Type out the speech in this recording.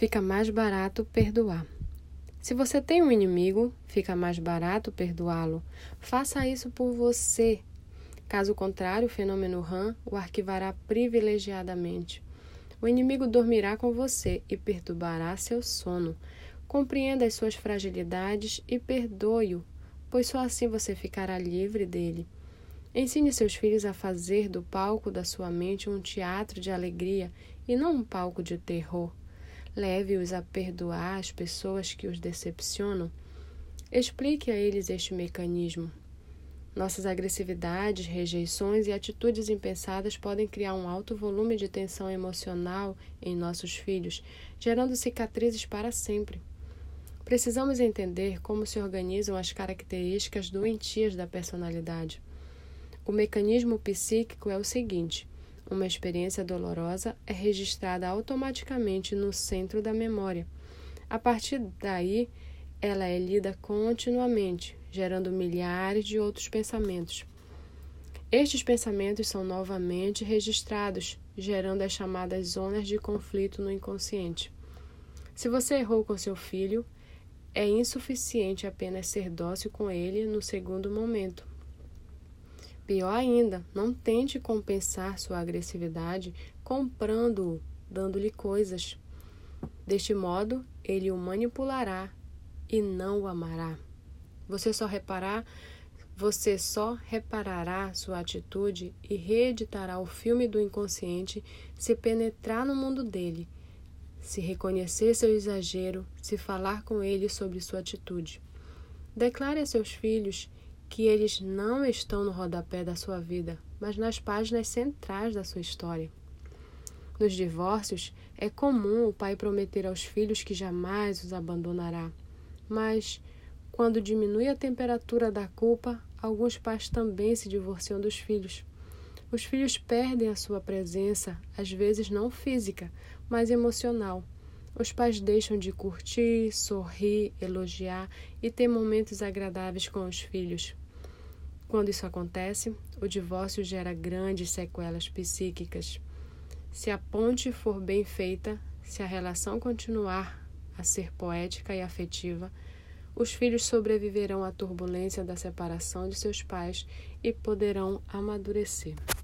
fica mais barato perdoar. Se você tem um inimigo, fica mais barato perdoá-lo. Faça isso por você. Caso contrário, o fenômeno RAM o arquivará privilegiadamente. O inimigo dormirá com você e perturbará seu sono. Compreenda as suas fragilidades e perdoe-o, pois só assim você ficará livre dele. Ensine seus filhos a fazer do palco da sua mente um teatro de alegria e não um palco de terror. Leve-os a perdoar as pessoas que os decepcionam. Explique a eles este mecanismo. Nossas agressividades, rejeições e atitudes impensadas podem criar um alto volume de tensão emocional em nossos filhos, gerando cicatrizes para sempre. Precisamos entender como se organizam as características doentias da personalidade. O mecanismo psíquico é o seguinte: uma experiência dolorosa é registrada automaticamente no centro da memória. A partir daí, ela é lida continuamente, gerando milhares de outros pensamentos. Estes pensamentos são novamente registrados, gerando as chamadas zonas de conflito no inconsciente. Se você errou com seu filho, é insuficiente apenas ser dócil com ele no segundo momento. Pior ainda, não tente compensar sua agressividade comprando-o, dando-lhe coisas. Deste modo, ele o manipulará e não o amará. Você só reparará sua atitude e reeditará o filme do inconsciente se penetrar no mundo dele, se reconhecer seu exagero, se falar com ele sobre sua atitude. Declare a seus filhos que eles não estão no rodapé da sua vida, mas nas páginas centrais da sua história. Nos divórcios, é comum o pai prometer aos filhos que jamais os abandonará. Mas, quando diminui a temperatura da culpa, alguns pais também se divorciam dos filhos. Os filhos perdem a sua presença, às vezes não física, mas emocional. Os pais deixam de curtir, sorrir, elogiar e ter momentos agradáveis com os filhos. Quando isso acontece, o divórcio gera grandes sequelas psíquicas. Se a ponte for bem feita, se a relação continuar a ser poética e afetiva, os filhos sobreviverão à turbulência da separação de seus pais e poderão amadurecer.